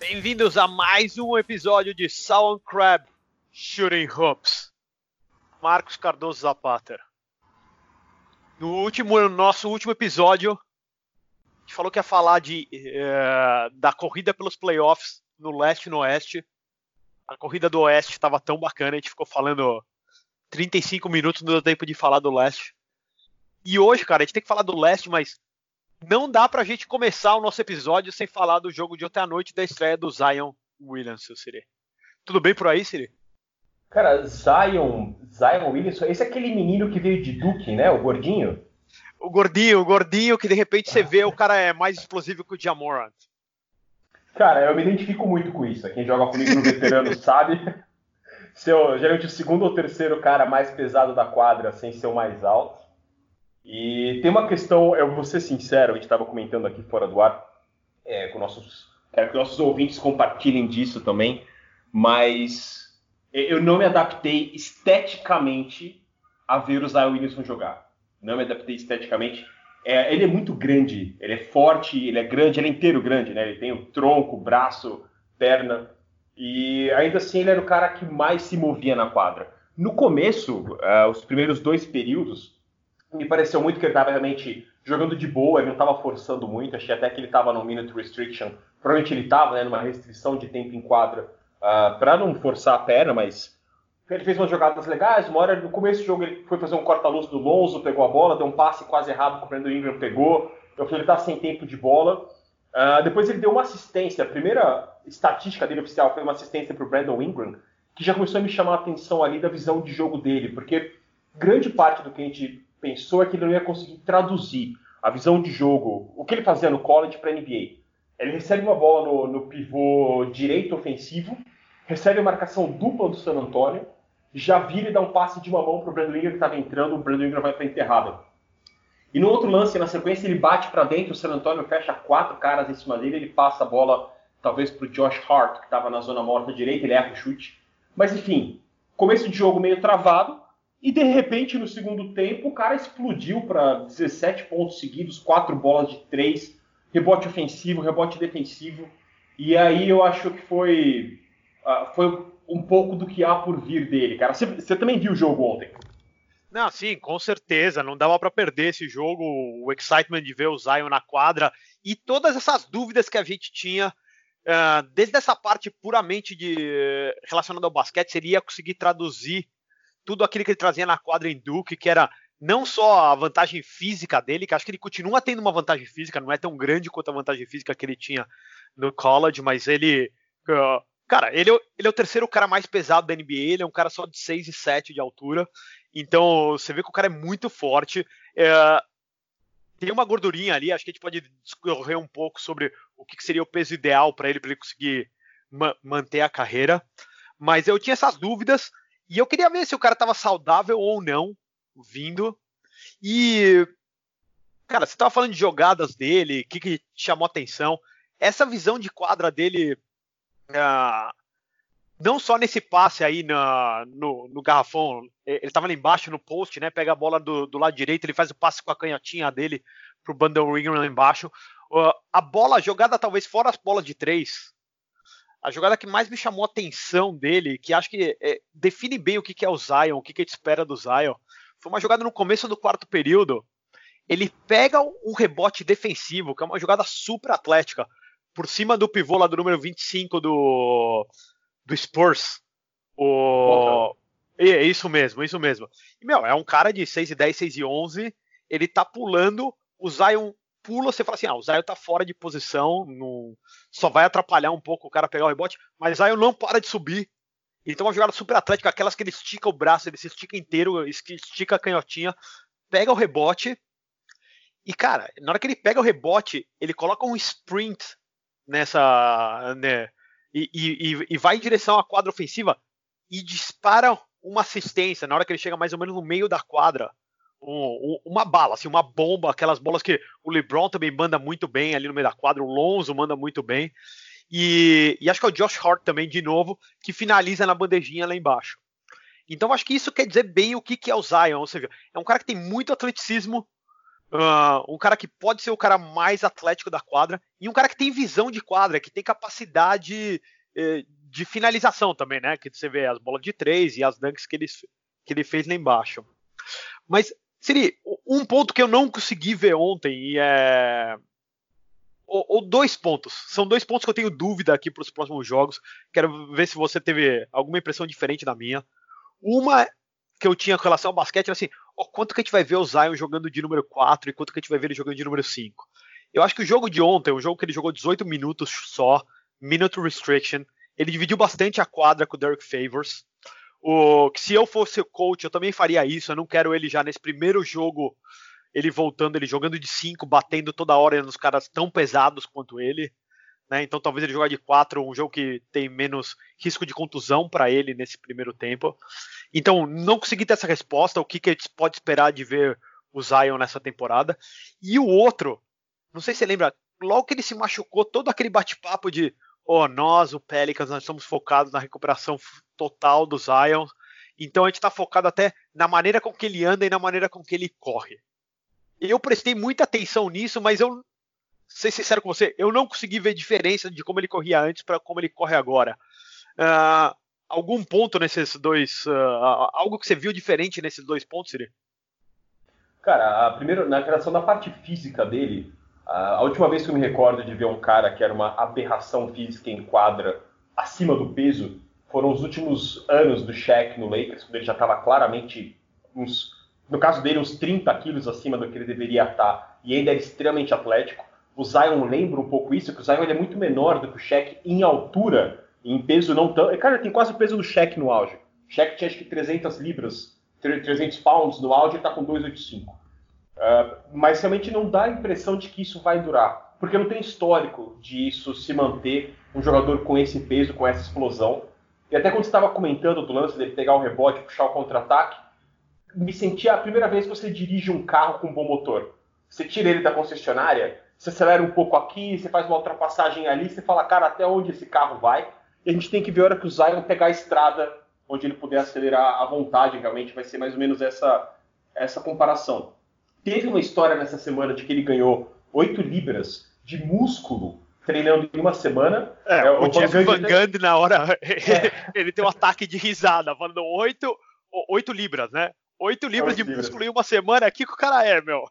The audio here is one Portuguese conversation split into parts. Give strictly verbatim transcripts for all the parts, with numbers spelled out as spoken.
Bem-vindos a mais um episódio de Sound Crab Shooting Hoops. Marcos Cardoso Zapata. No último, no nosso último episódio, a gente falou que ia falar de, uh, da corrida pelos playoffs no leste e no oeste. A corrida do oeste estava tão bacana, a gente ficou falando trinta e cinco minutos, não deu tempo de falar do leste. E hoje, cara, a gente tem que falar do leste, mas não dá pra gente começar o nosso episódio sem falar do jogo de ontem à noite da estreia do Zion Williamson, Siri. Tudo bem por aí, Siri? Cara, Zion, Zion Williamson, esse é aquele menino que veio de Duke, né? O gordinho? O gordinho, o gordinho que de repente você vê o cara é mais explosivo que o Jamorant. Cara, eu me identifico muito com isso. Quem joga comigo no veterano sabe. Seu, geralmente o segundo ou terceiro cara mais pesado da quadra sem ser o mais alto. E tem uma questão, eu vou ser sincero, a gente estava comentando aqui fora do ar, é, com nossos, quero que nossos ouvintes compartilhem disso também, mas eu não me adaptei esteticamente a ver o Zion Williamson jogar. Não me adaptei esteticamente. É, ele é muito grande, ele é forte, ele é grande, ele é inteiro grande, né? Ele tem o tronco, braço, perna, e ainda assim ele era o cara que mais se movia na quadra. No começo, uh, os primeiros dois períodos, me pareceu muito que ele estava realmente jogando de boa, ele não estava forçando muito, achei até que ele estava no minute restriction, provavelmente ele estava, né, numa restrição de tempo em quadra, uh, para não forçar a perna, mas ele fez umas jogadas legais. Uma hora, no começo do jogo, ele foi fazer um corta-luz do Lonzo, pegou a bola, deu um passe quase errado que o Brandon Ingram pegou, eu falei, ele está sem tempo de bola. Uh, depois ele deu uma assistência, a primeira estatística dele oficial foi uma assistência para o Brandon Ingram, que já começou a me chamar a atenção ali da visão de jogo dele, porque grande parte do que a gente pensou é que ele não ia conseguir traduzir a visão de jogo, o que ele fazia no college para a N B A. Ele recebe uma bola no, no pivô direito ofensivo, recebe a marcação dupla do San Antonio, já vira e dá um passe de uma mão para o Brandon Ingram que estava entrando, o Brandon Ingram vai para a enterrada. E no outro lance, na sequência, ele bate para dentro, o San Antonio fecha quatro caras em cima dele, ele passa a bola talvez para o Josh Hart, que estava na zona morta direita, ele erra o chute. Mas enfim, começo de jogo meio travado, e de repente, no segundo tempo, o cara explodiu para dezessete pontos seguidos, quatro bolas de três, rebote ofensivo, rebote defensivo. E aí eu acho que foi, uh, foi um pouco do que há por vir dele, cara. Você, você também viu o jogo ontem? Não, sim, com certeza. Não dava para perder esse jogo, o excitement de ver o Zion na quadra e todas essas dúvidas que a gente tinha, uh, desde essa parte puramente de, relacionada ao basquete, seria conseguir traduzir tudo aquilo que ele trazia na quadra em Duke, que era não só a vantagem física dele, que acho que ele continua tendo uma vantagem física, não é tão grande quanto a vantagem física que ele tinha no college, mas ele, uh, cara, ele, ele é o terceiro cara mais pesado da N B A, ele é um cara só de seis e sete de altura, então você vê que o cara é muito forte, uh, tem uma gordurinha ali, acho que a gente pode discorrer um pouco sobre o que seria o peso ideal para ele, para ele conseguir ma- manter a carreira, mas eu tinha essas dúvidas. E eu queria ver se o cara estava saudável ou não, vindo. E, cara, você estava falando de jogadas dele, o que, que chamou atenção. Essa visão de quadra dele, uh, não só nesse passe aí na, no, no garrafão, ele estava lá embaixo no post, né? Pega a bola do, do lado direito, ele faz o passe com a canhotinha dele pro Brandon Ingram lá embaixo. Uh, a bola, a jogada talvez fora as bolas de três, a jogada que mais me chamou a atenção dele, que acho que é, define bem o que, que é o Zion, o que, que a gente espera do Zion, foi uma jogada no começo do quarto período. Ele pega um rebote defensivo, que é uma jogada super atlética, por cima do pivô lá do número vinte e cinco do, do Spurs. O... É isso mesmo, isso mesmo. E, meu, é um cara de seis e dez, seis e onze, ele tá pulando, o Zion pula, você fala assim, ah, o Zion tá fora de posição, não... só vai atrapalhar um pouco o cara pegar o rebote, mas o Zion não para de subir. Então uma jogada super atlética, aquelas que ele estica o braço, ele se estica inteiro, estica a canhotinha, pega o rebote, e cara, na hora que ele pega o rebote, ele coloca um sprint nessa, né, e, e, e vai em direção à quadra ofensiva, e dispara uma assistência, na hora que ele chega mais ou menos no meio da quadra, Um, uma bala, assim, uma bomba, aquelas bolas que o LeBron também manda muito bem ali no meio da quadra, o Lonzo manda muito bem, e, e acho que é o Josh Hart também, de novo, que finaliza na bandejinha lá embaixo. Então acho que isso quer dizer bem o que, que é o Zion, ou seja, é um cara que tem muito atleticismo, Uh, um cara que pode ser o cara mais atlético da quadra e um cara que tem visão de quadra, que tem capacidade eh, de finalização também, né? Que você vê as bolas de três e as dunks que ele, que ele fez lá embaixo. Mas, Siri, um ponto que eu não consegui ver ontem e é... Ou, ou dois pontos. São dois pontos que eu tenho dúvida aqui para os próximos jogos. Quero ver se você teve alguma impressão diferente da minha. Uma que eu tinha com relação ao basquete era assim, oh, quanto que a gente vai ver o Zion jogando de número quatro e quanto que a gente vai ver ele jogando de número cinco. Eu acho que o jogo de ontem, o jogo que ele jogou dezoito minutos só, minute restriction, ele dividiu bastante a quadra com o Derek Favors. O, que se eu fosse o coach, eu também faria isso. Eu não quero ele já nesse primeiro jogo, ele voltando, ele jogando de cinco, batendo toda hora nos caras tão pesados quanto ele. Né? Então talvez ele jogar de quatro, um jogo que tem menos risco de contusão para ele nesse primeiro tempo. Então não consegui ter essa resposta, o que, que a gente pode esperar de ver o Zion nessa temporada. E o outro, não sei se você lembra, logo que ele se machucou, todo aquele bate-papo de oh, nós, o Pelicans, nós estamos focados na recuperação total do Zion, então a gente está focado até na maneira com que ele anda e na maneira com que ele corre. Eu prestei muita atenção nisso, mas eu ser sincero com você, eu não consegui ver diferença de como ele corria antes para como ele corre agora. Uh, algum ponto nesses dois, uh, algo que você viu diferente nesses dois pontos, Siri? Cara, a primeiro, na relação da parte física dele, a última vez que eu me recordo de ver um cara que era uma aberração física em quadra acima do peso foram os últimos anos do Shaq no Lakers, quando ele já estava claramente, uns, no caso dele, uns trinta quilos acima do que ele deveria estar, e ainda era extremamente atlético. O Zion lembra um pouco isso, que o Zion ele é muito menor do que o Shaq em altura, em peso não tão... Cara, ele tem quase o peso do Shaq no auge. O Shaq tinha acho que trezentas libras, trezentos pounds no auge, ele está com duzentos e oitenta e cinco. Uh, mas realmente não dá a impressão de que isso vai durar, porque não tem histórico de isso se manter um jogador com esse peso, com essa explosão. E até quando você estava comentando do lance dele pegar o rebote, puxar o contra-ataque, me sentia a primeira vez que você dirige um carro com um bom motor. Você tira ele da concessionária, você acelera um pouco aqui, você faz uma ultrapassagem ali, você fala, cara, até onde esse carro vai? E a gente tem que ver a hora que o Zion pegar a estrada, onde ele puder acelerar à vontade, realmente vai ser mais ou menos essa, essa comparação. Teve uma história nessa semana de que ele ganhou oito libras de músculo treinando em uma semana. É, é, o Jeff Van Gundy, na hora, é. ele tem um ataque de risada, falando oito libras, né? oito libras de libras. músculo em uma semana, que que o cara é, meu?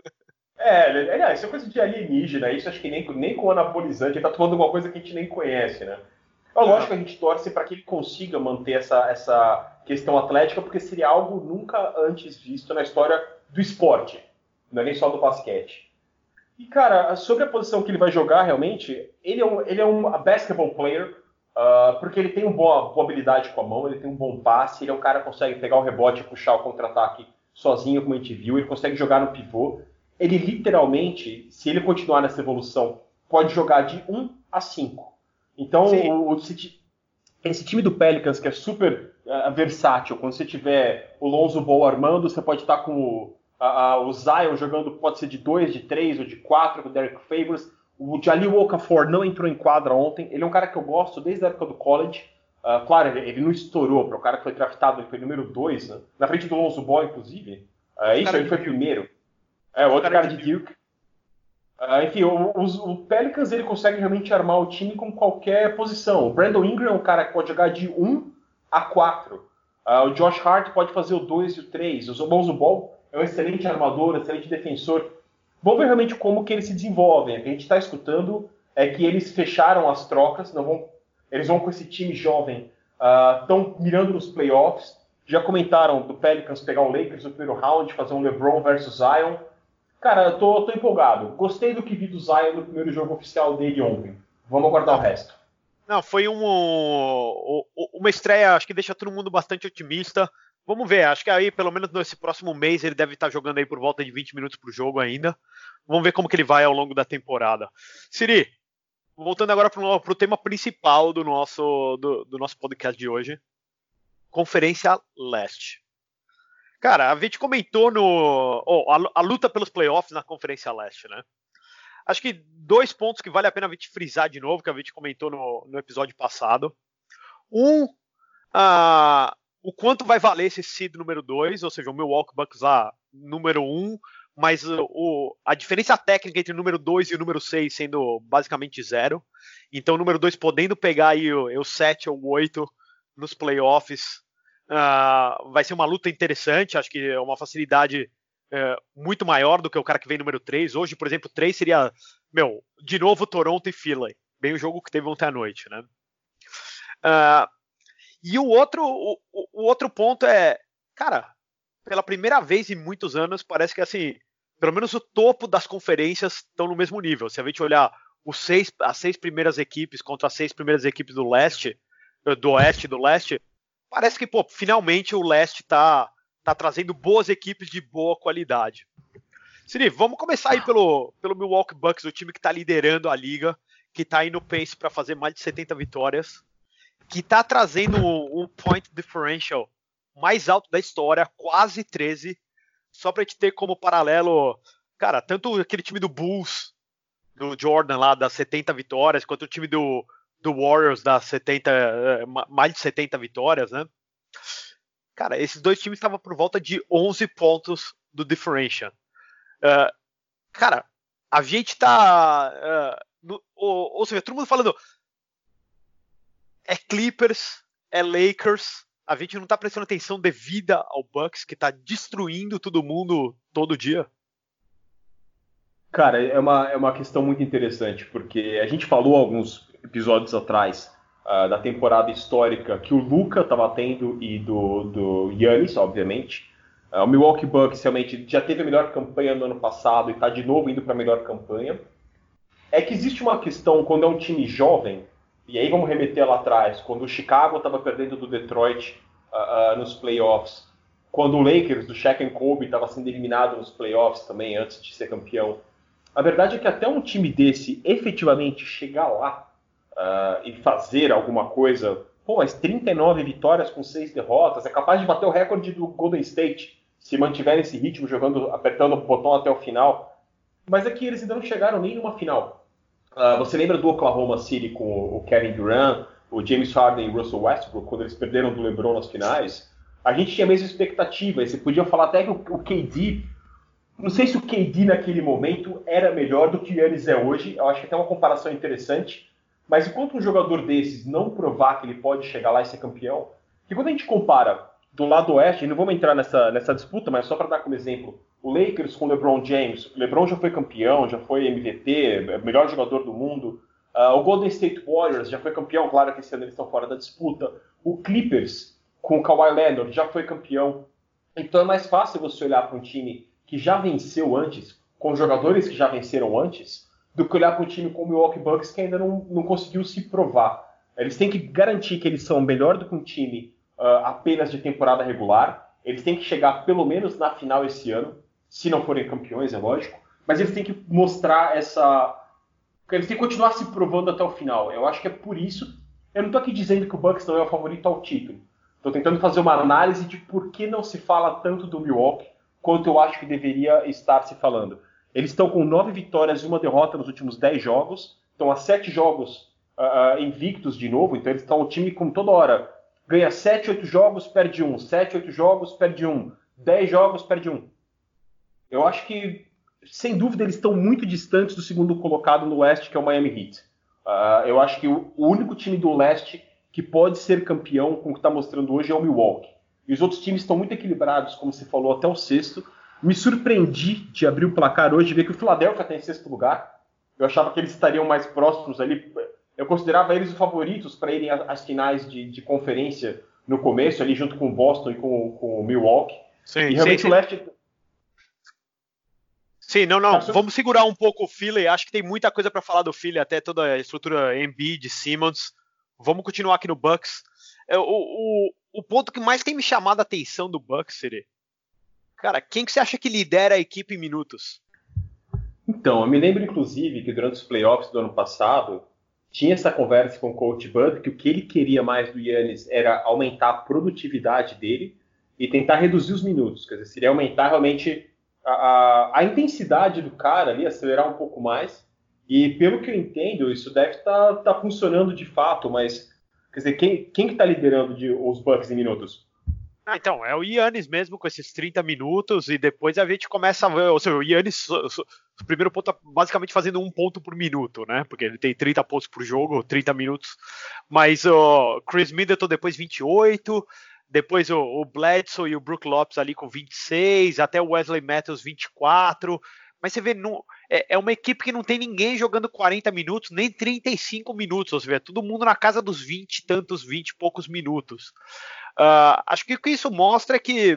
É, é, isso é coisa de alienígena, isso acho que nem, nem com anabolizante, ele tá tomando uma coisa que a gente nem conhece, né? É lógico que a gente torce para que ele consiga manter essa, essa questão atlética, porque seria algo nunca antes visto na história do esporte, não é nem só do basquete. E, cara, sobre a posição que ele vai jogar, realmente, ele é um, ele é um basketball player, uh, porque ele tem uma boa, boa habilidade com a mão, ele tem um bom passe, ele é um cara que consegue pegar o rebote e puxar o contra-ataque sozinho, como a gente viu, ele consegue jogar no pivô. Ele literalmente, se ele continuar nessa evolução, pode jogar de um a cinco. Então, o, o, esse time do Pelicans, que é super uh, versátil, quando você tiver o Lonzo Ball armando, você pode estar com o, uh, o Zion jogando, pode ser de dois, de três ou de quatro, com o Derek Favors. O Jahlil Okafor não entrou em quadra ontem. Ele é um cara que eu gosto desde a época do college. Uh, claro, ele, ele não estourou para o cara que foi draftado, ele foi número dois, né? Na frente do Lonzo Ball, inclusive. Uh, isso, ele foi Duke. primeiro. É, outro cara, cara de Duke. Duke. Uh, enfim, o, o, o Pelicans ele consegue realmente armar o time com qualquer posição. O Brandon Ingram é um cara que pode jogar de um a quatro. Uh, o Josh Hart pode fazer o dois e o três. O Lonzo Ball é um excelente armador, excelente defensor. Vamos ver realmente como que eles se desenvolvem. O que a gente está escutando é que eles fecharam as trocas, não vão, eles vão com esse time jovem, estão uh, mirando nos playoffs. Já comentaram do Pelicans pegar o Lakers no primeiro round, fazer um LeBron versus Zion. Cara, eu tô, tô empolgado. Gostei do que vi do Zion no primeiro jogo oficial dele ontem. Vamos aguardar o resto. Não, foi um, uma estreia, acho que deixa todo mundo bastante otimista. Vamos ver, acho que aí, pelo menos nesse próximo mês, ele deve estar jogando aí por volta de vinte minutos por jogo ainda. Vamos ver como que ele vai ao longo da temporada. Siri, voltando agora para o tema principal do nosso, do, do nosso podcast de hoje. Conferência Leste. Cara, a gente comentou no oh, a, a luta pelos playoffs na Conferência Leste, né? Acho que dois pontos que vale a pena a gente frisar de novo, que a gente comentou no, no episódio passado. Um, uh, o quanto vai valer esse seed número dois, ou seja, o Milwaukee Bucks lá, número um, mas o, o, a diferença técnica entre o número dois e o número seis sendo basicamente zero. Então o número dois podendo pegar aí o, o sete ou o oito nos playoffs, uh, vai ser uma luta interessante, acho que é uma facilidade uh, muito maior do que o cara que vem número três. Hoje, por exemplo, três seria, meu, de novo Toronto e Philly, bem o jogo que teve ontem à noite, né? Uh, e o outro, o, o outro ponto é, cara, pela primeira vez em muitos anos, parece que assim, pelo menos o topo das conferências estão no mesmo nível. Se a gente olhar os seis, as seis primeiras equipes contra as seis primeiras equipes do leste, do oeste e do leste, parece que, pô, finalmente o leste tá, tá trazendo boas equipes de boa qualidade. Siri, vamos começar aí pelo, pelo Milwaukee Bucks, o time que tá liderando a liga, que tá aí no pace para fazer mais de setenta vitórias, que tá trazendo um, um point differential mais alto da história, quase treze, só pra gente ter como paralelo, cara, tanto aquele time do Bulls, do Jordan lá, das setenta vitórias, quanto o time do, do Warriors, das setenta, mais de setenta vitórias, né? Cara, esses dois times estavam por volta de onze pontos do differential. Uh, cara, a gente tá... Uh, no, ou, ou seja, todo mundo falando é Clippers, é Lakers, a gente não tá prestando atenção devida ao Bucks, que tá destruindo todo mundo todo dia? Cara, é uma, é uma questão muito interessante, porque a gente falou alguns episódios atrás uh, da temporada histórica que o Luka estava tendo e do, do Giannis, obviamente. Uh, o Milwaukee Bucks realmente já teve a melhor campanha no ano passado e está de novo indo para a melhor campanha. É que existe uma questão quando é um time jovem, e aí vamos remeter lá atrás, quando o Chicago estava perdendo do Detroit uh, uh, nos playoffs, quando o Lakers, do Shaq and Kobe, estava sendo eliminado nos playoffs também, antes de ser campeão. A verdade é que até um time desse efetivamente chegar lá uh, e fazer alguma coisa, pô, mas trinta e nove vitórias com seis derrotas, é capaz de bater o recorde do Golden State, se mantiver esse ritmo, jogando, apertando o botão até o final. Mas é que eles ainda não chegaram nem numa final. Uh, você lembra do Oklahoma City com o Kevin Durant, o James Harden e o Russell Westbrook, quando eles perderam do LeBron nas finais? A gente tinha a mesma expectativa, e você podia falar até que o, o K D... Não sei se o K D naquele momento era melhor do que o Giannis é hoje, eu acho que até uma comparação interessante, mas enquanto um jogador desses não provar que ele pode chegar lá e ser campeão, que quando a gente compara do lado oeste, e não vamos entrar nessa, nessa disputa, mas só para dar como exemplo, o Lakers com o LeBron James, o LeBron já foi campeão, já foi M V P, melhor jogador do mundo, uh, o Golden State Warriors já foi campeão, claro que esse ano eles estão fora da disputa, o Clippers com o Kawhi Leonard já foi campeão, então é mais fácil você olhar para um time que já venceu antes, com jogadores que já venceram antes, do que olhar para um time como o Milwaukee Bucks que ainda não, não conseguiu se provar. Eles têm que garantir que eles são melhor do que um time uh, apenas de temporada regular, eles têm que chegar pelo menos na final esse ano, se não forem campeões, é lógico, mas eles têm que mostrar essa... Eles têm que continuar se provando até o final. Eu acho que é por isso... Eu não estou aqui dizendo que o Bucks não é o favorito ao título. Estou tentando fazer uma análise de por que não se fala tanto do Milwaukee quanto eu acho que deveria estar se falando. Eles estão com nove vitórias e uma derrota nos últimos dez jogos, estão a sete jogos uh, invictos de novo, então eles estão um time com toda hora, ganha sete, oito jogos, perde um, sete, oito jogos, perde um, dez jogos, perde um. Eu acho que, sem dúvida, eles estão muito distantes do segundo colocado no Oeste, que é o Miami Heat. Uh, eu acho que o, o único time do Leste que pode ser campeão com o que está mostrando hoje é o Milwaukee. E os outros times estão muito equilibrados, como você falou, até o sexto. Me surpreendi de abrir o placar hoje e ver que o Philadelphia está em sexto lugar. Eu achava que eles estariam mais próximos ali. Eu considerava eles os favoritos para irem às finais de, de conferência no começo, ali junto com o Boston e com, com o Milwaukee. Sim, e realmente sim, o Leste... Sim, não, não. Vamos segurar um pouco o Philly. Acho que tem muita coisa para falar do Philly, até toda a estrutura Embiid, Simmons. Vamos continuar aqui no Bucks. O, o, o ponto que mais tem me chamado a atenção do Bucks, seria, cara, quem que você acha que lidera a equipe em minutos? Então, eu me lembro, inclusive, que durante os playoffs do ano passado, tinha essa conversa com o Coach Bud, que o que ele queria mais do Giannis era aumentar a produtividade dele e tentar reduzir os minutos. Quer dizer, seria aumentar realmente a, a, a intensidade do cara ali, acelerar um pouco mais. E, pelo que eu entendo, isso deve estar tá, tá funcionando de fato, mas... Quer dizer, quem, quem que tá liderando de, os Bucks em minutos? Ah, então, é o Giannis mesmo com esses trinta minutos e depois a gente começa a ver, ou seja, o Giannis, o primeiro ponto, basicamente fazendo um ponto por minuto, né? Porque ele tem trinta pontos por jogo, trinta minutos. Mas o Chris Middleton depois vinte e oito, depois o, o Bledsoe e o Brook Lopes ali com vinte e seis, até o Wesley Matthews vinte e quatro. Mas você vê, não, é, é uma equipe que não tem ninguém jogando quarenta minutos, nem trinta e cinco minutos. Você vê, todo mundo na casa dos vinte e tantos, vinte e poucos minutos. Uh, acho que o que isso mostra é que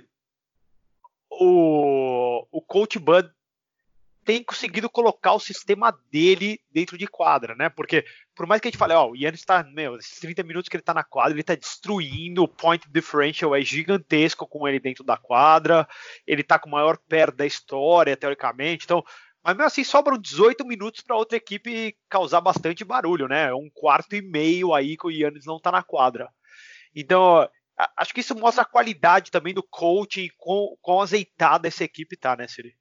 o, o Coach Bud tem conseguido colocar o sistema dele dentro de quadra, né? Porque por mais que a gente fale, ó, o Giannis tá, meu, esses trinta minutos que ele tá na quadra, ele tá destruindo, o point differential é gigantesco com ele dentro da quadra, ele tá com o maior pé da história, teoricamente, então, mas mesmo assim sobram dezoito minutos para outra equipe causar bastante barulho, né? Um quarto e meio aí que o Giannis não tá na quadra. Então, acho que isso mostra a qualidade também do coaching, com, com azeitada essa equipe tá, né, Siri?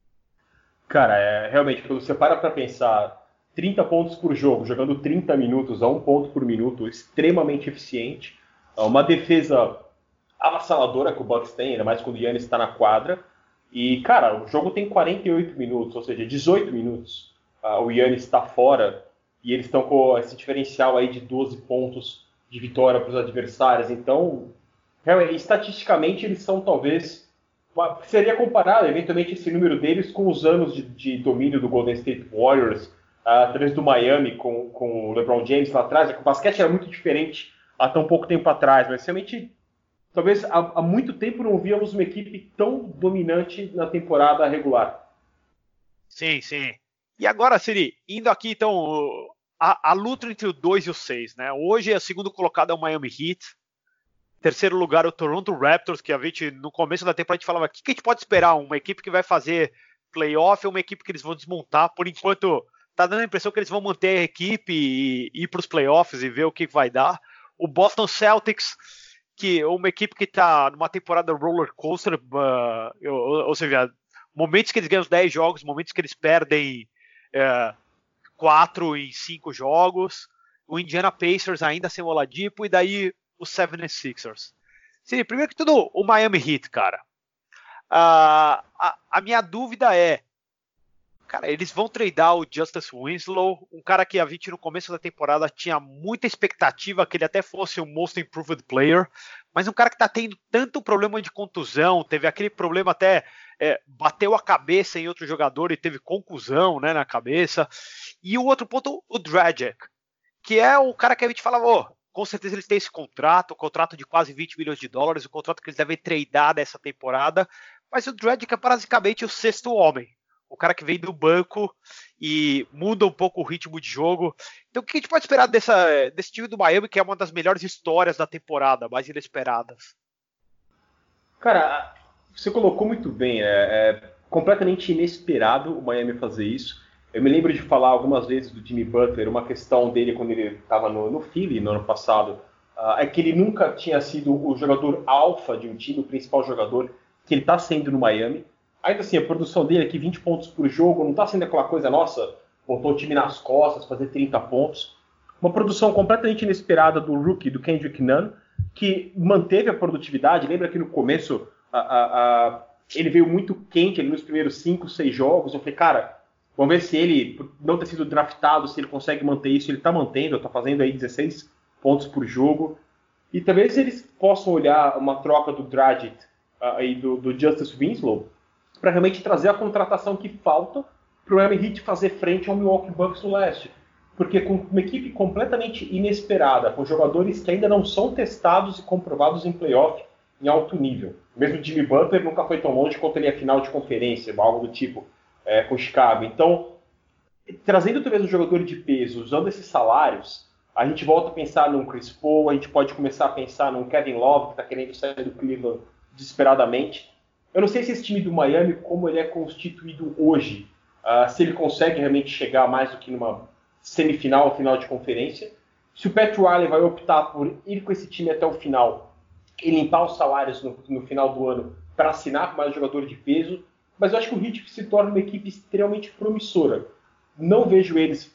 Cara, é, realmente, quando você para para pensar, trinta pontos por jogo, jogando trinta minutos a um ponto por minuto, extremamente eficiente. Uma defesa avassaladora que o Bucks tem, ainda mais quando o Giannis está na quadra. E, cara, o jogo tem quarenta e oito minutos, ou seja, dezoito minutos. Uh, o Giannis está fora e eles estão com esse diferencial aí de doze pontos de vitória para os adversários. Então, realmente, estatisticamente, eles são talvez... Seria comparado, eventualmente, esse número deles com os anos de, de domínio do Golden State Warriors, uh, através do Miami com, com o LeBron James lá atrás. É que o basquete era muito diferente há tão pouco tempo atrás, mas realmente, talvez há, há muito tempo não víamos uma equipe tão dominante na temporada regular. Sim, sim. E agora, Siri, indo aqui, então, a, a luta entre o dois e o seis, né? Hoje, a segundo colocado é o Miami Heat. Terceiro lugar, o Toronto Raptors, que a gente, no começo da temporada, a gente falava, o que, que a gente pode esperar? Uma equipe que vai fazer playoff ou uma equipe que eles vão desmontar? Por enquanto, tá dando a impressão que eles vão manter a equipe e, e ir para os playoffs e ver o que vai dar. O Boston Celtics, que é uma equipe que tá numa temporada roller coaster, uh, ou, ou seja, momentos que eles ganham dez jogos, momentos que eles perdem uh, quatro em cinco jogos. O Indiana Pacers ainda sem o Oladipo, e daí os seventy-sixers. Sim, primeiro que tudo, o Miami Heat, cara. Uh, a, a minha dúvida é, cara, eles vão tradar o Justice Winslow, um cara que a gente no começo da temporada tinha muita expectativa que ele até fosse o Most Improved Player, mas um cara que tá tendo tanto problema de contusão, teve aquele problema até, é, bateu a cabeça em outro jogador e teve conclusão, né, na cabeça. E o outro ponto, o Dragic, que é o cara que a gente falava, oh, com certeza eles têm esse contrato, um contrato de quase vinte milhões de dólares, o contrato que eles devem tradar dessa temporada, mas o Dragic é basicamente o sexto homem, o cara que vem do banco e muda um pouco o ritmo de jogo. Então o que a gente pode esperar dessa, desse time do Miami, que é uma das melhores histórias da temporada, mais inesperadas? Cara, você colocou muito bem, é, é completamente inesperado o Miami fazer isso. Eu me lembro de falar algumas vezes do Jimmy Butler, uma questão dele quando ele estava no, no Philly no ano passado, uh, é que ele nunca tinha sido o jogador alfa de um time, o principal jogador, que ele está sendo no Miami. Ainda assim, a produção dele aqui, vinte pontos por jogo, não está sendo aquela coisa, nossa, botou o time nas costas, fazer trinta pontos. Uma produção completamente inesperada do rookie, do Kendrick Nunn, que manteve a produtividade. Lembra que no começo a, a, a, ele veio muito quente ali nos primeiros cinco, seis jogos. Eu falei, cara, vamos ver se ele, por não ter sido draftado, se ele consegue manter isso. Ele está mantendo, está fazendo aí dezesseis pontos por jogo. E talvez eles possam olhar uma troca do Dragic uh, e do, do Justice Winslow para realmente trazer a contratação que falta para o Miami Heat fazer frente ao Milwaukee Bucks no leste. Porque com uma equipe completamente inesperada, com jogadores que ainda não são testados e comprovados em playoff em alto nível. Mesmo o Jimmy Butler nunca foi tão longe quanto ele é final de conferência, algo do tipo, é, com Chicago. Então, trazendo talvez um jogador de peso, usando esses salários, a gente volta a pensar num Chris Paul, a gente pode começar a pensar num Kevin Love, que está querendo sair do Cleveland desesperadamente. Eu não sei se esse time do Miami, como ele é constituído hoje, uh, se ele consegue realmente chegar mais do que numa semifinal ou final de conferência. Se o Pat Riley vai optar por ir com esse time até o final e limpar os salários no, no final do ano para assinar com mais jogador de peso, mas eu acho que o Heat se torna uma equipe extremamente promissora. Não vejo eles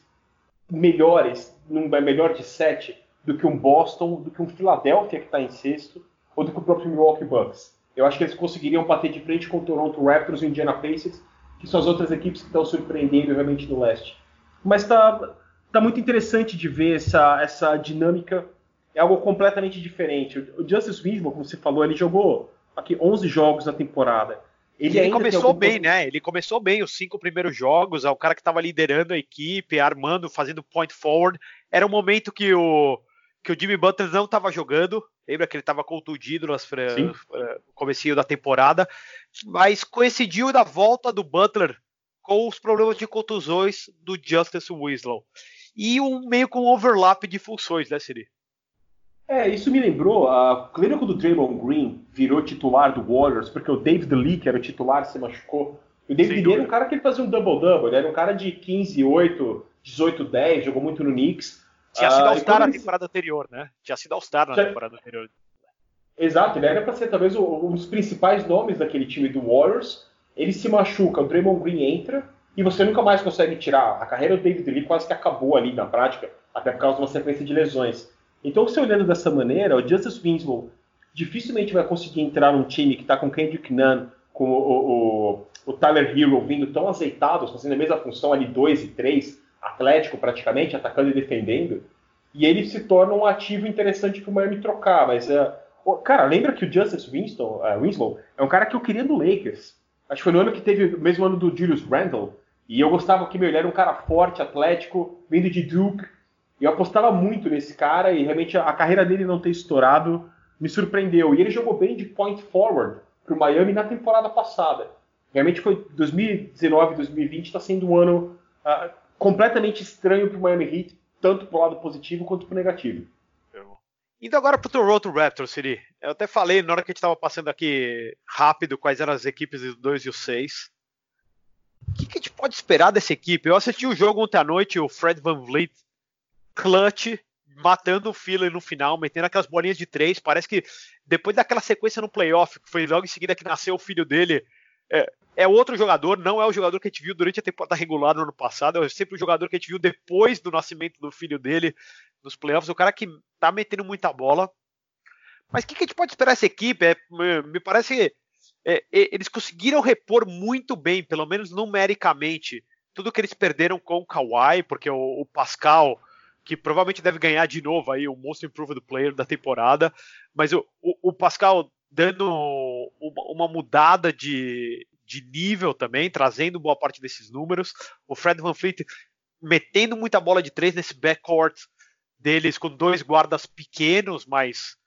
melhores, num melhor de sete, do que um Boston, do que um Philadelphia que está em sexto. ou do que o próprio Milwaukee Bucks. Eu acho que eles conseguiriam bater de frente com o Toronto Raptors e o Indiana Pacers, que são as outras equipes que estão surpreendendo realmente no leste. Mas está tá muito interessante de ver essa, essa dinâmica. É algo completamente diferente. O Justice Winslow, como você falou, ele jogou aqui onze jogos na temporada. Ele, ele começou algum... bem, né? Ele começou bem os cinco primeiros jogos. É o cara que estava liderando a equipe, armando, fazendo point forward. Era um momento que o, que o Jimmy Butler não estava jogando. Lembra que ele estava contundido no comecinho da temporada. Mas coincidiu da volta do Butler com os problemas de contusões do Justice Winslow. E um meio com um overlap de funções, né, Siri? É, isso me lembrou, uh, lembra quando o Draymond Green virou titular do Warriors, porque o David Lee, que era o titular, se machucou. E o David Lee era um cara que ele fazia um double-double, ele era um cara de quinze, oito, dezoito, dez, jogou muito no Knicks. Tinha sido uh, All-Star na ele... temporada anterior, né? Tinha sido All-Star na Já... temporada anterior. Exato, ele era para ser talvez um dos principais nomes daquele time do Warriors. Ele se machuca, o Draymond Green entra, e você nunca mais consegue tirar. A carreira do David Lee quase que acabou ali na prática, até por causa de uma sequência de lesões. Então, você olhando dessa maneira, o Justice Winslow dificilmente vai conseguir entrar num time que está com Kendrick Nunn, com o, o, o Tyler Hero vindo tão azeitados, fazendo a mesma função ali, dois e três, atlético praticamente, atacando e defendendo, e ele se torna um ativo interessante para o Miami trocar. Mas, uh, cara, lembra que o Justice Winslow, uh, Winslow é um cara que eu queria no Lakers. Acho que foi no ano que teve o mesmo ano do Julius Randle, e eu gostava que meu, ele era um cara forte, atlético, vindo de Duke. E eu apostava muito nesse cara e realmente a carreira dele não ter estourado me surpreendeu. E ele jogou bem de point forward para o Miami na temporada passada. Realmente foi dois mil e dezenove, dois mil e vinte está sendo um ano uh, completamente estranho para o Miami Heat, tanto para o lado positivo quanto para o negativo. Indo agora para o Toronto Raptors, Siri. Eu até falei na hora que a gente estava passando aqui rápido quais eram as equipes do dois e o seis. O que, que a gente pode esperar dessa equipe? Eu assisti o jogo ontem à noite, o Fred VanVleet clutch, matando o Philly no final, metendo aquelas bolinhas de três. Parece que depois daquela sequência no playoff, que foi logo em seguida que nasceu o filho dele, é, é outro jogador, não é o jogador que a gente viu durante a temporada regular no ano passado, é sempre o jogador que a gente viu depois do nascimento do filho dele nos playoffs, o cara que tá metendo muita bola. Mas o que, que a gente pode esperar dessa equipe? É, me parece é, eles conseguiram repor muito bem, pelo menos numericamente, tudo que eles perderam com o Kawhi, porque o, o Pascal, que provavelmente deve ganhar de novo aí o Most Improved Player da temporada, mas o, o, o Pascal dando uma, uma mudada de, de nível também, trazendo boa parte desses números, o Fred VanVleet metendo muita bola de três nesse backcourt deles, com dois guardas pequenos, mas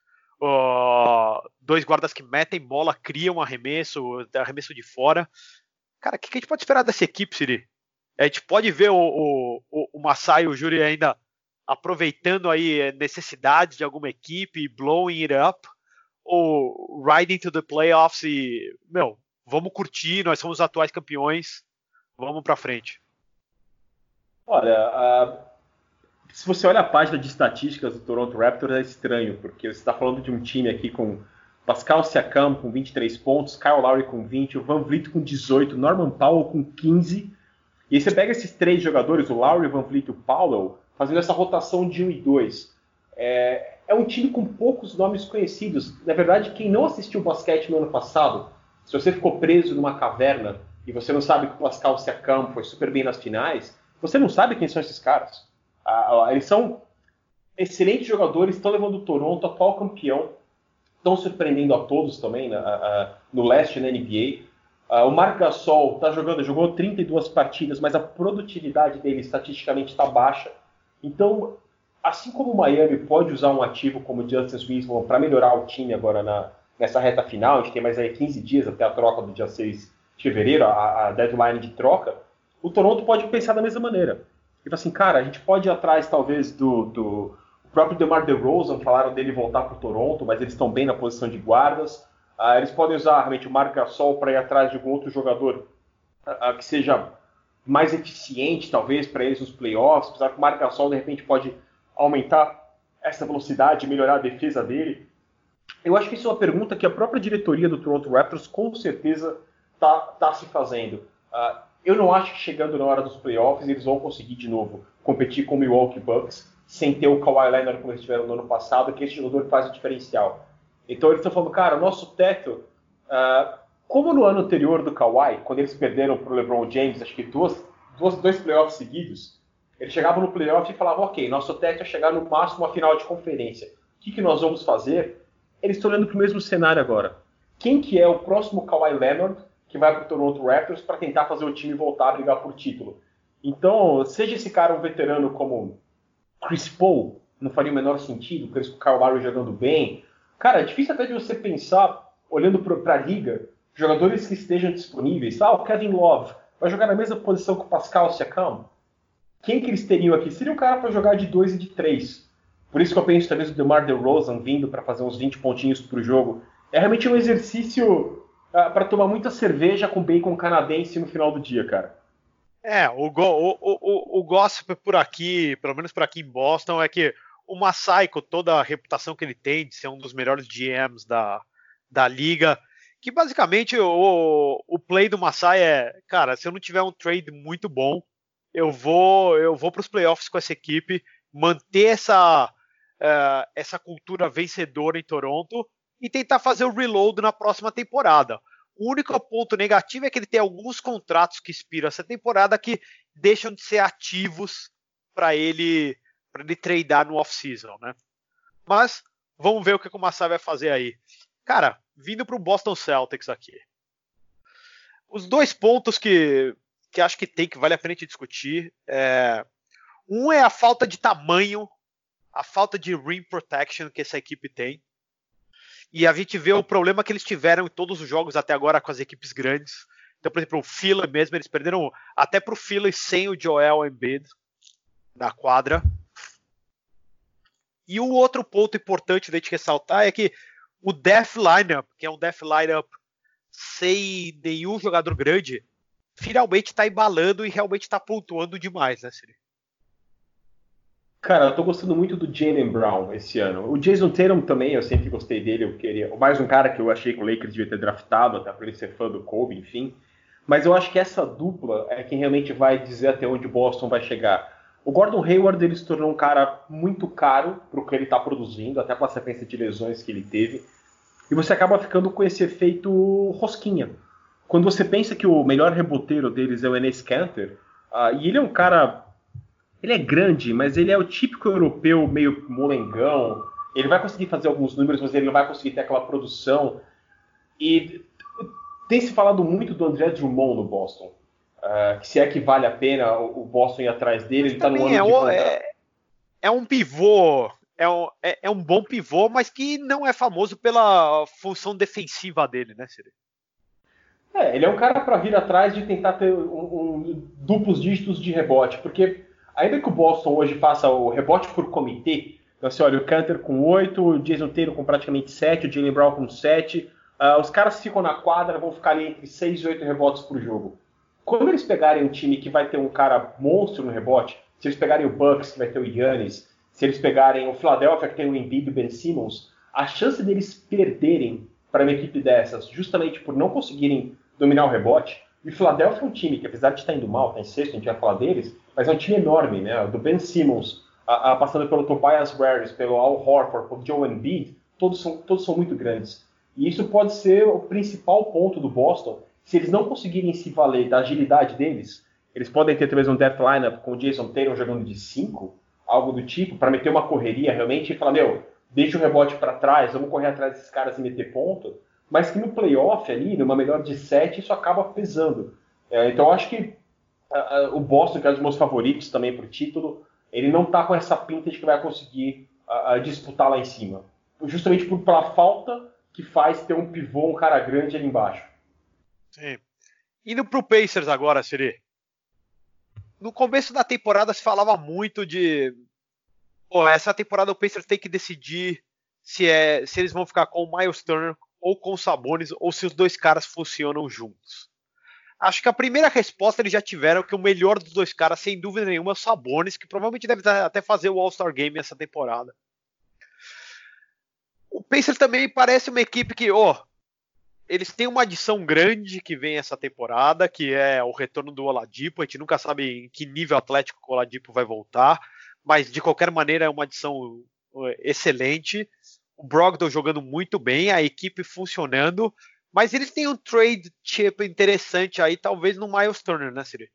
uh, dois guardas que metem bola, criam arremesso, arremesso de fora. Cara, o que, que a gente pode esperar dessa equipe, Siri? A gente pode ver o, o, o Masai e o Ujiri ainda aproveitando aí necessidades de alguma equipe, blowing it up, ou riding to the playoffs e, meu, vamos curtir, nós somos os atuais campeões, vamos pra frente. Olha, uh, se você olha a página de estatísticas do Toronto Raptors, é estranho, porque você está falando de um time aqui com Pascal Siakam com vinte e três pontos, Kyle Lowry com vinte, o VanVleet com dezoito, Norman Powell com quinze, e aí você pega esses três jogadores, o Lowry, o VanVleet e o Powell, fazendo essa rotação de um e dois. É, é um time com poucos nomes conhecidos. Na verdade, quem não assistiu basquete no ano passado, se você ficou preso numa caverna e você não sabe que o Pascal Siakam foi super bem nas finais, você não sabe quem são esses caras. Ah, eles são excelentes jogadores, estão levando o Toronto, atual campeão, estão surpreendendo a todos também na, a, no leste, na N B A. Uh, o Marc Gasol está jogando, jogou trinta e duas partidas, mas a produtividade dele estatisticamente está baixa. Então, assim como o Miami pode usar um ativo como o Justice Winslow para melhorar o time agora na, nessa reta final, a gente tem mais aí quinze dias até a troca do dia seis de fevereiro, a, a deadline de troca, o Toronto pode pensar da mesma maneira. Tipo assim, cara, a gente pode ir atrás talvez do, do o próprio DeMar DeRozan, falaram dele voltar para o Toronto, mas eles estão bem na posição de guardas. Uh, eles podem usar realmente o Marc Gasol para ir atrás de algum outro jogador uh, que seja mais eficiente, talvez, para eles nos playoffs, apesar que o Marc Gasol, de repente, pode aumentar essa velocidade e melhorar a defesa dele. Eu acho que isso é uma pergunta que a própria diretoria do Toronto Raptors, com certeza, está tá se fazendo. Uh, eu não acho que chegando na hora dos playoffs, eles vão conseguir, de novo, competir com o Milwaukee Bucks, sem ter o Kawhi Leonard como eles tiveram no ano passado, que esse jogador faz o diferencial. Então eles estão falando, cara, o nosso teto, uh, como no ano anterior do Kawhi, quando eles perderam para o LeBron James, acho que duas, duas, dois playoffs seguidos, eles chegavam no playoff e falavam, ok, nosso teto é chegar no máximo à final de conferência. O que, que nós vamos fazer? Eles estão olhando para o mesmo cenário agora. Quem que é o próximo Kawhi Leonard que vai para o Toronto Raptors para tentar fazer o time voltar a brigar por título? Então, seja esse cara um veterano como Chris Paul, não faria o menor sentido, porque o Kyle Lowry jogando bem. Cara, é difícil até de você pensar, olhando para a liga, jogadores que estejam disponíveis. Ah, o Kevin Love vai jogar na mesma posição que o Pascal Siakam? Quem que eles teriam aqui? Seria um cara para jogar de dois e de três. Por isso que eu penso, talvez, o DeMar DeRozan vindo para fazer uns vinte pontinhos para o jogo. É realmente um exercício uh, para tomar muita cerveja com bacon canadense no final do dia, cara. É, o, go, o, o, o gossip por aqui, pelo menos por aqui em Boston, é que o Masai, com toda a reputação que ele tem de ser um dos melhores G Ms da, da liga, que basicamente o, o play do Masai é, cara, se eu não tiver um trade muito bom, eu vou, eu vou para os playoffs com essa equipe, manter essa, uh, essa cultura vencedora em Toronto e tentar fazer o reload na próxima temporada. O único ponto negativo é que ele tem alguns contratos que expiram essa temporada que deixam de ser ativos para ele, para ele tradar no off-season, né? Mas vamos ver o que o Masai vai fazer aí. Cara, vindo para o Boston Celtics aqui. Os dois pontos que, que acho que tem, que vale a pena a gente discutir, é... um é a falta de tamanho, a falta de rim protection que essa equipe tem. E a gente vê o problema que eles tiveram em todos os jogos até agora com as equipes grandes. Então, por exemplo, o Philly mesmo, eles perderam até pro Philly sem o Joel Embiid na quadra. E o outro ponto importante da gente ressaltar é que o Death Lineup, que é um Death Lineup sem nenhum jogador grande, finalmente está embalando e realmente está pontuando demais, né, Siri? Cara, eu tô gostando muito do Jaylen Brown esse ano. O Jason Tatum também, eu sempre gostei dele. Eu queria mais um cara que eu achei que o Lakers devia ter draftado, até por ele ser fã do Kobe, enfim. Mas eu acho que essa dupla é quem realmente vai dizer até onde o Boston vai chegar. O Gordon Hayward ele se tornou um cara muito caro pro que ele tá produzindo, até pela sequência de lesões que ele teve. E você acaba ficando com esse efeito rosquinha. Quando você pensa que o melhor reboteiro deles é o Enes Kanter, uh, e ele é um cara... Ele é grande, mas ele é o típico europeu meio molengão. Ele vai conseguir fazer alguns números, mas ele não vai conseguir ter aquela produção. E tem se falado muito do André Drummond no Boston. Uh, que se é que vale a pena o Boston ir atrás dele, ele está no ano é de o, é, é um pivô, é um, é, é um bom pivô, mas que não é famoso pela função defensiva dele, né, Siri? É, ele é um cara para vir atrás de tentar ter um, um, duplos dígitos de rebote, porque ainda que o Boston hoje faça o rebote por comitê, então assim, olha, o Kanter com oito, o Jason Tatum com praticamente sete, o Jaylen Brown com sete, uh, os caras ficam na quadra, vão ficar ali entre seis e oito rebotes por jogo. Quando eles pegarem um time que vai ter um cara monstro no rebote, se eles pegarem o Bucks, que vai ter o Giannis, se eles pegarem o Philadelphia, que tem o Embiid e o Ben Simmons, a chance deles perderem para uma equipe dessas, justamente por não conseguirem dominar o rebote. E o Philadelphia é um time que, apesar de estar indo mal, está em sexto, a gente vai falar deles, mas é um time enorme, né? Do Ben Simmons, a, a, passando pelo Tobias Harris, pelo Al Horford, pelo Joel Embiid, todos são, todos são muito grandes. E isso pode ser o principal ponto do Boston. Se eles não conseguirem se valer da agilidade deles, eles podem ter talvez um death lineup com o Jason Tatum jogando de cinco, algo do tipo, para meter uma correria realmente e falar, meu, deixa o rebote para trás, vamos correr atrás desses caras e meter ponto. Mas que no playoff ali, numa melhor de sete, isso acaba pesando. É, então eu acho que uh, uh, o Boston, que é um dos meus favoritos também para o título, ele não está com essa pinta de que vai conseguir uh, uh, disputar lá em cima. Justamente por, pela falta que faz ter um pivô, um cara grande ali embaixo. Sim. Indo pro Pacers agora, Siri. No começo da temporada se falava muito de... Pô, essa temporada o Pacers tem que decidir se, é, se eles vão ficar com o Miles Turner ou com o Sabonis, ou se os dois caras funcionam juntos. Acho que a primeira resposta eles já tiveram, que o melhor dos dois caras, sem dúvida nenhuma, é o Sabonis, que provavelmente deve até fazer o All-Star Game essa temporada. O Pacers também parece uma equipe que, ó, oh, eles têm uma adição grande que vem essa temporada, que é o retorno do Oladipo. A gente nunca sabe em que nível atlético o Oladipo vai voltar, mas de qualquer maneira é uma adição excelente. o Brogdon jogando muito bem, a equipe funcionando, mas eles têm um trade chip interessante aí, talvez no Miles Turner, né, Siri?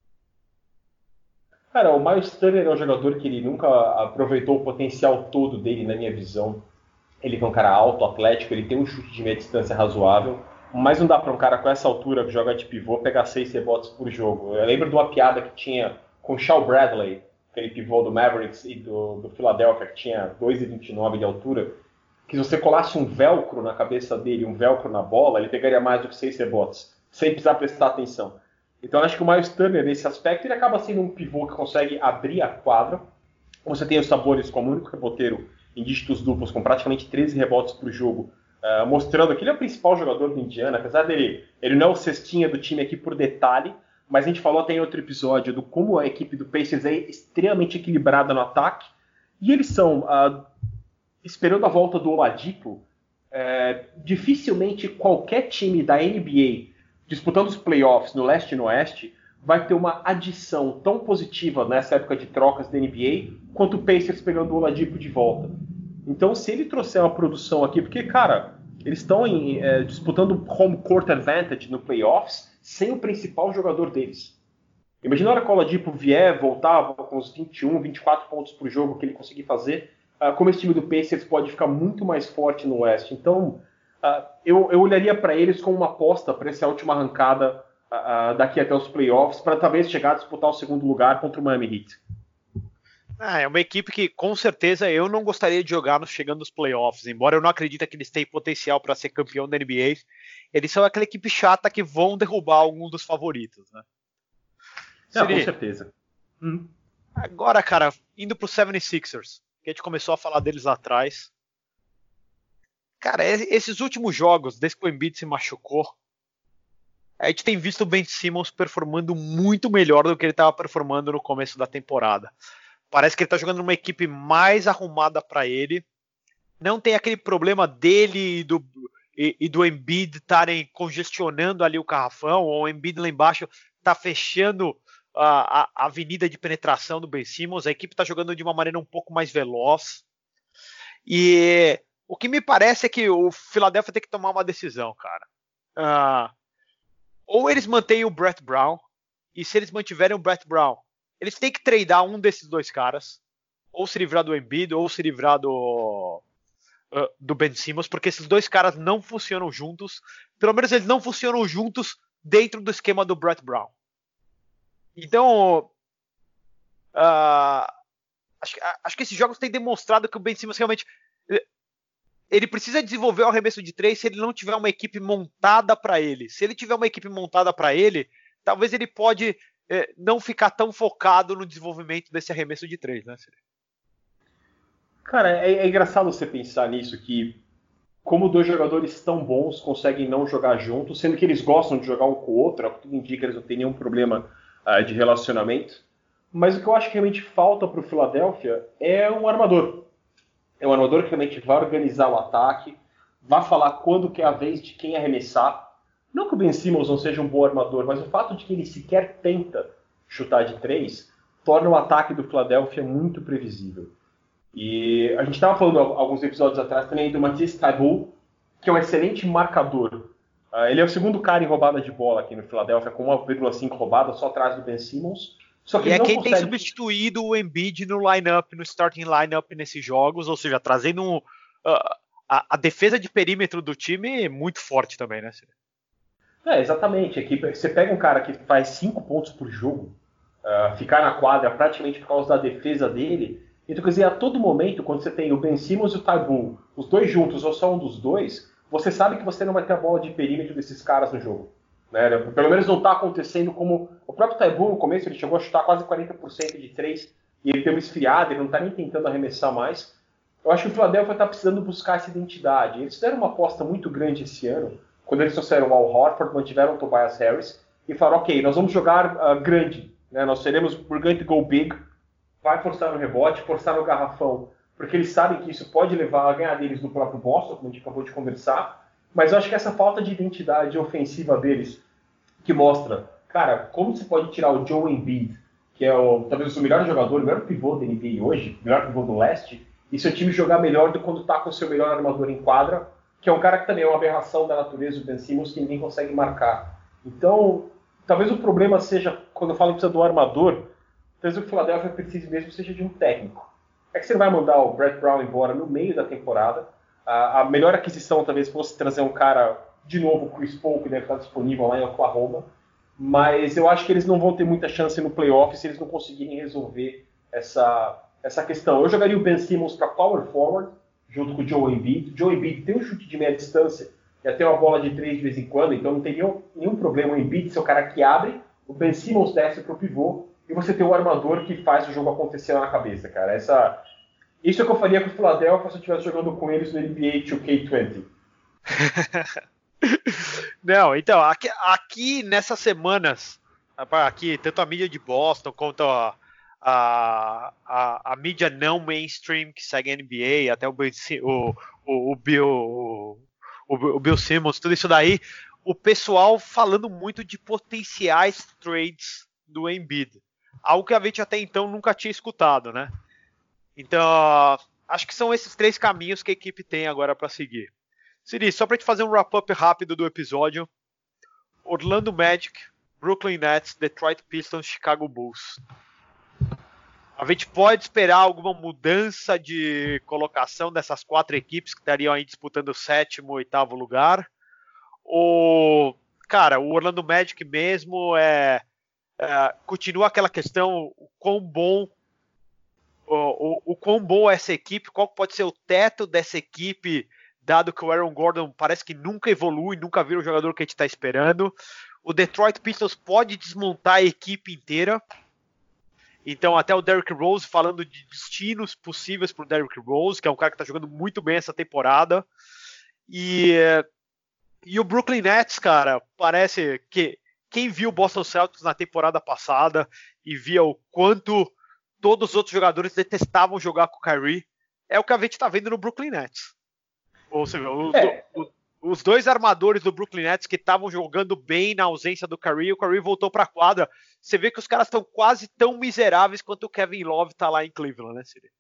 Cara, o Miles Turner é um jogador que ele nunca aproveitou o potencial todo dele, na minha visão. Ele é um cara alto, atlético, ele tem um chute de meia distância razoável, mas não dá para um cara com essa altura que joga de pivô pegar seis rebotes por jogo. Eu lembro de uma piada que tinha com o Shaw Bradley, aquele pivô do Mavericks e do, do Philadelphia, que tinha dois e vinte e nove de altura, que se você colasse um velcro na cabeça dele, um velcro na bola, ele pegaria mais do que seis rebotes, sem precisar prestar atenção. Então acho que o Miles Turner, nesse aspecto, ele acaba sendo um pivô que consegue abrir a quadra. Você tem os Sabonis como único reboteiro em dígitos duplos, com praticamente treze rebotes por jogo, uh, mostrando que ele é o principal jogador do Indiana, apesar dele, ele não é o cestinha do time aqui por detalhe, mas a gente falou até em outro episódio do como a equipe do Pacers é extremamente equilibrada no ataque, e eles são, uh, esperando a volta do Oladipo, uh, dificilmente qualquer time da N B A disputando os playoffs no leste e no oeste vai ter uma adição tão positiva nessa época de trocas da N B A quanto o Pacers pegando o Oladipo de volta. Então, se ele trouxer uma produção aqui, porque, cara, eles estão é, disputando home court advantage no playoffs sem o principal jogador deles. Imagina a hora que o Oladipo vier, voltar com uns vinte e um, vinte e quatro pontos por jogo que ele conseguir fazer, uh, como esse time do Pacers pode ficar muito mais forte no oeste. Então, uh, eu, eu olharia para eles como uma aposta para essa última arrancada uh, daqui até os playoffs, para talvez chegar a disputar o segundo lugar contra o Miami Heat. Ah, é uma equipe que, com certeza, eu não gostaria de jogar no, chegando nos playoffs, embora eu não acredite que eles têm potencial para ser campeão da N B A. Eles são aquela equipe chata que vão derrubar algum dos favoritos, né? Não, com certeza. Hum. Agora, cara, indo pro setenta e seis ers, que a gente começou a falar deles lá atrás. Cara, esses últimos jogos, desde que o Embiid se machucou, a gente tem visto o Ben Simmons performando muito melhor do que ele estava performando no começo da temporada. Parece que ele está jogando numa equipe mais arrumada para ele. Não tem aquele problema dele e do, e, e do Embiid estarem congestionando ali o garrafão, ou o Embiid lá embaixo está fechando a, a, a avenida de penetração do Ben Simmons. A equipe está jogando de uma maneira um pouco mais veloz. E o que me parece é que o Philadelphia tem que tomar uma decisão, cara. Uh, ou eles mantêm o Brett Brown, e se eles mantiverem o Brett Brown, eles têm que tradar um desses dois caras, ou se livrar do Embiid, ou se livrar do, uh, do Ben Simmons, porque esses dois caras não funcionam juntos. Pelo menos eles não funcionam juntos dentro do esquema do Brett Brown. Então, uh, acho, acho que esses jogos têm demonstrado que o Ben Simmons realmente ele precisa desenvolver o arremesso de três se ele não tiver uma equipe montada para ele. Se ele tiver uma equipe montada para ele, talvez ele pode é, não ficar tão focado no desenvolvimento desse arremesso de três, né, Siri? Cara, é, é engraçado você pensar nisso, que como dois jogadores tão bons conseguem não jogar juntos, sendo que eles gostam de jogar um com o outro, é o que tudo indica, eles não têm nenhum problema uh, de relacionamento. Mas o que eu acho que realmente falta para o Philadelphia é um armador. É um armador que realmente vai organizar o ataque, vai falar quando que é a vez de quem arremessar. Não que o Ben Simmons não seja um bom armador, mas o fato de que ele sequer tenta chutar de três torna o ataque do Philadelphia muito previsível. E a gente estava falando alguns episódios atrás também do Matisse Thybulle, que é um excelente marcador. Uh, ele é o segundo cara em roubada de bola aqui no Philadelphia, com uma vírgula cinco roubada, só atrás do Ben Simmons. Só que e ele é não quem consegue... tem substituído o Embiid no lineup, no starting lineup nesses jogos, ou seja, trazendo um, uh, a, a defesa de perímetro do time muito forte também, né, Siri? É, exatamente. Aqui, você pega um cara que faz cinco pontos por jogo, uh, ficar na quadra praticamente por causa da defesa dele. Então, quer dizer, a todo momento, quando você tem o Ben Simmons e o Thybulle, os dois juntos ou só um dos dois, você sabe que você não vai ter a bola de perímetro desses caras no jogo. Né? Pelo menos não está acontecendo como... O próprio Thybulle, no começo, ele chegou a chutar quase quarenta por cento de três, e ele deu uma esfriada, ele não está nem tentando arremessar mais. Eu acho que o Philadelphia está precisando buscar essa identidade. Eles fizeram uma aposta muito grande esse ano, quando eles trouxeram o Al Horford, mantiveram o Tobias Harris, e falaram, ok, nós vamos jogar uh, grande, né? Nós seremos, we're going to go big, vai forçar no rebote, forçar no garrafão, porque eles sabem que isso pode levar a ganhar deles no próprio Boston, como a gente acabou de conversar, mas eu acho que essa falta de identidade ofensiva deles, que mostra, cara, como você pode tirar o Joel Embiid, que é o, talvez o melhor jogador, o melhor pivô da N B A hoje, o melhor pivô do leste, e seu time jogar melhor do que quando está com o seu melhor armador em quadra, que é um cara que também é uma aberração da natureza, o Ben Simmons, que ninguém consegue marcar. Então, talvez o problema seja, quando eu falo que precisa do armador, talvez o Philadelphia precise mesmo seja de um técnico. É que você não vai mandar o Brett Brown embora no meio da temporada. A, a melhor aquisição talvez fosse trazer um cara, de novo, o Chris Paul, que deve estar disponível lá em Oklahoma. Mas eu acho que eles não vão ter muita chance no playoff se eles não conseguirem resolver essa, essa questão. Eu jogaria o Ben Simmons para power forward, junto com o Joel Embiid. O Joel Embiid tem um chute de meia distância e até uma bola de três de vez em quando, então não tem nenhum, nenhum problema o Embiid ser o cara que abre, o Ben Simmons desce para o pivô e você tem o armador que faz o jogo acontecer lá na cabeça, cara. Essa, isso é o que eu faria com o Philadelphia se eu estivesse jogando com eles no N B A dois K vinte. Não, então, aqui, aqui nessas semanas, aqui, tanto a mídia de Boston quanto a, a, a, a mídia não mainstream que segue a N B A, até o, o, o, o, Bill, o, o Bill Simmons, tudo isso daí, o pessoal falando muito de potenciais trades do Embiid, algo que a gente até então nunca tinha escutado, né? Então, acho que são esses três caminhos que a equipe tem agora para seguir. Siri, só para te fazer um wrap-up rápido do episódio, Orlando Magic, Brooklyn Nets, Detroit Pistons, Chicago Bulls. A gente pode esperar alguma mudança de colocação dessas quatro equipes que estariam aí disputando o sétimo, oitavo lugar? Ou, cara, o Orlando Magic mesmo é, é continua aquela questão, o quão bom o, o, o quão boa é essa equipe, qual pode ser o teto dessa equipe, dado que o Aaron Gordon parece que nunca evolui, nunca vira o jogador que a gente está esperando. O Detroit Pistons pode desmontar a equipe inteira. Então até o Derrick Rose falando de destinos possíveis para o Derrick Rose, que é um cara que está jogando muito bem essa temporada. E, e o Brooklyn Nets, cara, parece que quem viu o Boston Celtics na temporada passada e via o quanto todos os outros jogadores detestavam jogar com o Kyrie, é o que a gente está vendo no Brooklyn Nets. Ou seja, os, é. do, os dois armadores do Brooklyn Nets que estavam jogando bem na ausência do Kyrie, o Kyrie voltou para a quadra. Você vê que os caras estão quase tão miseráveis quanto o Kevin Love está lá em Cleveland, né, Siri?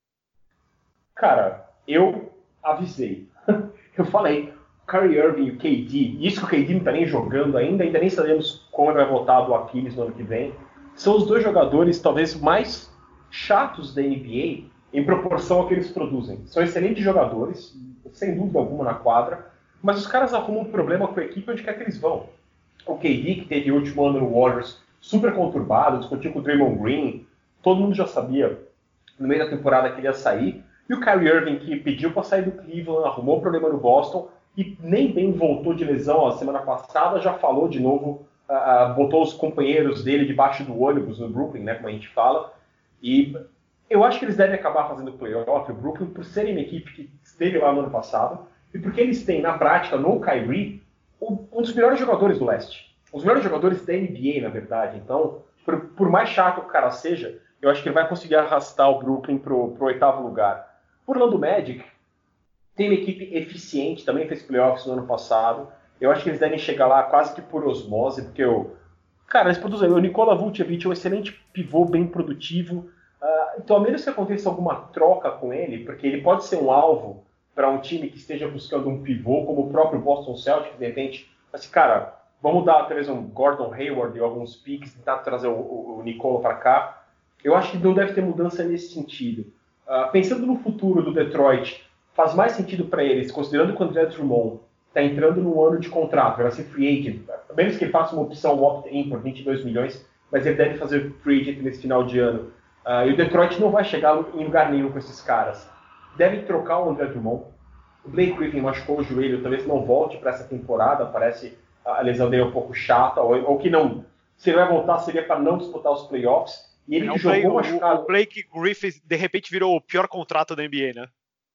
Cara, eu avisei. Eu falei, o Kyrie Irving e o K D, isso que o K D não está nem jogando ainda, ainda nem sabemos como ele vai voltar do Aquiles no ano que vem, são os dois jogadores talvez mais chatos da N B A em proporção ao que eles produzem. São excelentes jogadores, sem dúvida alguma na quadra, mas os caras arrumam um problema com a equipe onde quer que eles vão. O K D, que teve o último ano no Warriors super conturbado, discutiu com o Draymond Green, todo mundo já sabia no meio da temporada que ele ia sair, e o Kyrie Irving, que pediu para sair do Cleveland, arrumou um problema no Boston, e nem bem voltou de lesão a semana passada, já falou de novo, uh, botou os companheiros dele debaixo do ônibus no Brooklyn, né, como a gente fala, e eu acho que eles devem acabar fazendo playoff, o Brooklyn, por serem uma equipe que esteve lá no ano passado, e porque eles têm, na prática, no Kyrie, um dos melhores jogadores do leste. Os melhores jogadores da N B A, na verdade. Então, por, por mais chato que o cara seja, eu acho que ele vai conseguir arrastar o Brooklyn pro, pro oitavo lugar. O Orlando Magic tem uma equipe eficiente, também fez playoffs no ano passado. Eu acho que eles devem chegar lá quase que por osmose, porque o... Cara, eles produzem. O Nikola Vucevic é um excelente pivô, bem produtivo. Uh, então, a menos que aconteça alguma troca com ele, porque ele pode ser um alvo para um time que esteja buscando um pivô, como o próprio Boston Celtics, de repente, assim, cara, vamos dar talvez um Gordon Hayward e alguns picks, tentar trazer o, o, o Nikola para cá. Eu acho que não deve ter mudança nesse sentido. Uh, pensando no futuro do Detroit, faz mais sentido para eles, considerando que o André Drummond está entrando num ano de contrato, vai ser free agent, a menos que ele faça uma opção opt-in por vinte e dois milhões, mas ele deve fazer free agent nesse final de ano. Uh, e o Detroit não vai chegar em lugar nenhum com esses caras. Devem trocar o André Drummond. O Blake Griffin machucou o joelho, talvez não volte para essa temporada, parece a lesão dele um pouco chata, ou, ou que não, se ele vai voltar seria para não disputar os playoffs. E ele é, que jogou Blake, machucado. O Blake Griffin de repente virou o pior contrato da N B A, né?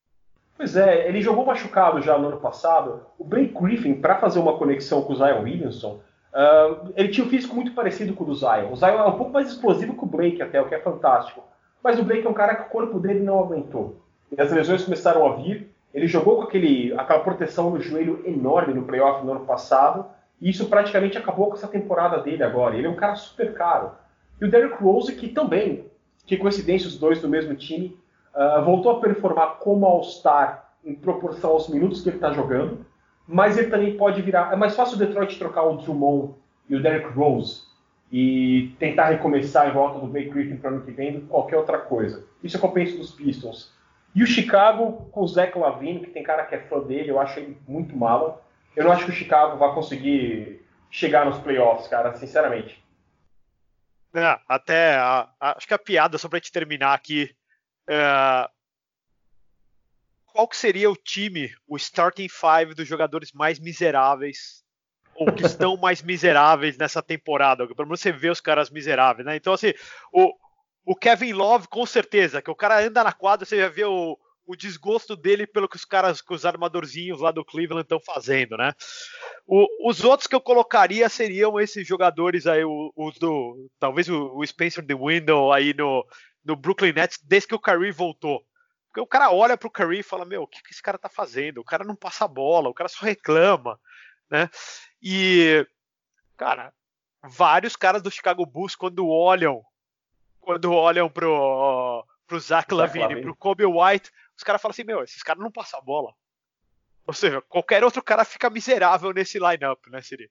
Pois é, ele jogou machucado já no ano passado. O Blake Griffin, para fazer uma conexão com o Zion Williamson, uh, ele tinha um físico muito parecido com o do Zion. O Zion é um pouco mais explosivo que o Blake até, o que é fantástico. Mas o Blake é um cara que o corpo dele não aguentou. E as lesões começaram a vir. Ele jogou com aquele, aquela proteção no joelho enorme no playoff no ano passado. E isso praticamente acabou com essa temporada dele agora. Ele é um cara super caro. E o Derrick Rose, que também, que coincidência os dois do mesmo time, uh, voltou a performar como All-Star em proporção aos minutos que ele está jogando, mas ele também pode virar... É mais fácil o Detroit trocar o Drummond e o Derrick Rose e tentar recomeçar em volta do Blake Griffin para o ano que vem do que qualquer outra coisa. Isso é o que eu penso dos Pistons. E o Chicago, com o Zach LaVine, que tem cara que é fã dele, eu acho ele muito malo. Eu não acho que o Chicago vai conseguir chegar nos playoffs, cara, sinceramente. É, até, a, a, acho que a piada, só pra gente terminar aqui, é, qual que seria o time, o starting five dos jogadores mais miseráveis, ou que estão mais miseráveis nessa temporada? Pelo menos você vê os caras miseráveis, né? Então, assim, o, o Kevin Love, com certeza, que o cara anda na quadra, você já vê o, o desgosto dele pelo que os caras, que os armadorzinhos lá do Cleveland estão fazendo, né? O, os outros que eu colocaria seriam esses jogadores aí, os do, talvez o, o Spencer DeWindow aí no, no Brooklyn Nets, desde que o Curry voltou. Porque o cara olha pro Curry e fala, meu, o que, que esse cara tá fazendo? O cara não passa a bola, o cara só reclama, né? E, cara, vários caras do Chicago Bulls, quando olham, quando olham pro, pro Zach LaVine, pro Kobe White, os caras falam assim, meu, esses caras não passam a bola. Ou seja, qualquer outro cara fica miserável nesse lineup, né, Siri?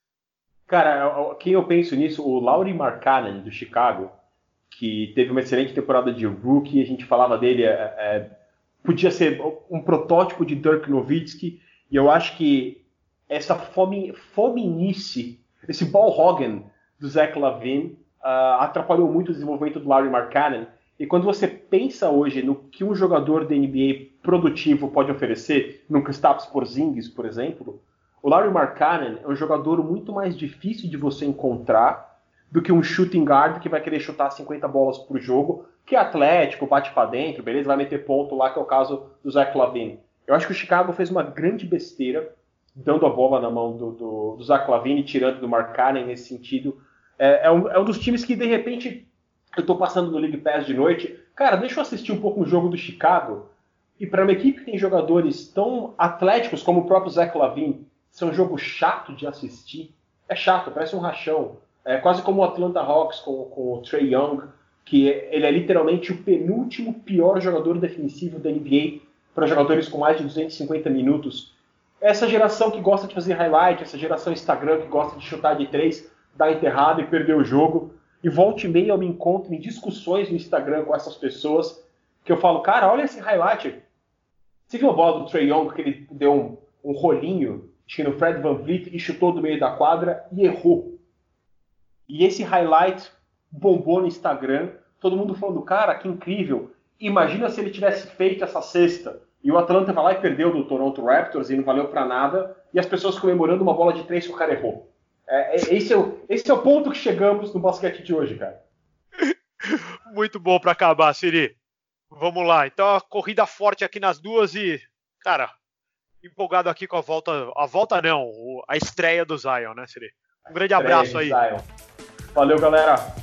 Cara, quem eu penso nisso, o Lauri Markkanen, do Chicago, que teve uma excelente temporada de rookie, a gente falava dele, é, é, podia ser um protótipo de Dirk Nowitzki, e eu acho que essa fome, fominice, esse ball hogging do Zach LaVine uh, atrapalhou muito o desenvolvimento do Lauri Markkanen. E quando você pensa hoje no que um jogador da N B A produtivo pode oferecer, no Kristaps Porzingis, por exemplo, o Lauri Markkanen é um jogador muito mais difícil de você encontrar do que um shooting guard que vai querer chutar cinquenta bolas por jogo, que é atlético, bate pra dentro, beleza, vai meter ponto lá, que é o caso do Zach LaVine. Eu acho que o Chicago fez uma grande besteira dando a bola na mão do, do, do Zach LaVine, tirando do Markkanen nesse sentido. É, é, um, é um dos times que, de repente... Eu tô passando no League Pass de noite, cara, deixa eu assistir um pouco o jogo do Chicago, e para uma equipe que tem jogadores tão atléticos como o próprio Zach LaVine, ser um jogo chato de assistir, é chato, parece um rachão, é quase como o Atlanta Hawks com, com o Trae Young, que ele é literalmente o penúltimo pior jogador defensivo da N B A para jogadores com mais de duzentos e cinquenta minutos. Essa geração que gosta de fazer highlight, essa geração Instagram que gosta de chutar de três, dar enterrado e perder o jogo. E volta e meia eu me encontro em discussões no Instagram com essas pessoas que eu falo, cara, olha esse highlight. Você viu a bola do Trae Young que ele deu um, um rolinho, acho que no Fred VanVleet, e chutou do meio da quadra e errou. E esse highlight bombou no Instagram, todo mundo falando, cara, que incrível. Imagina se ele tivesse feito essa cesta e o Atlanta vai lá e perdeu do Toronto Raptors e não valeu pra nada, e as pessoas comemorando uma bola de três que o cara errou. É, esse, é o, esse é o ponto que chegamos no basquete de hoje, cara. Muito bom para acabar, Siri. Vamos lá. Então, a corrida forte aqui nas duas e, cara, empolgado aqui com a volta. A volta não, a estreia do Zion, né, Siri? Um grande abraço aí. Zion. Valeu, galera.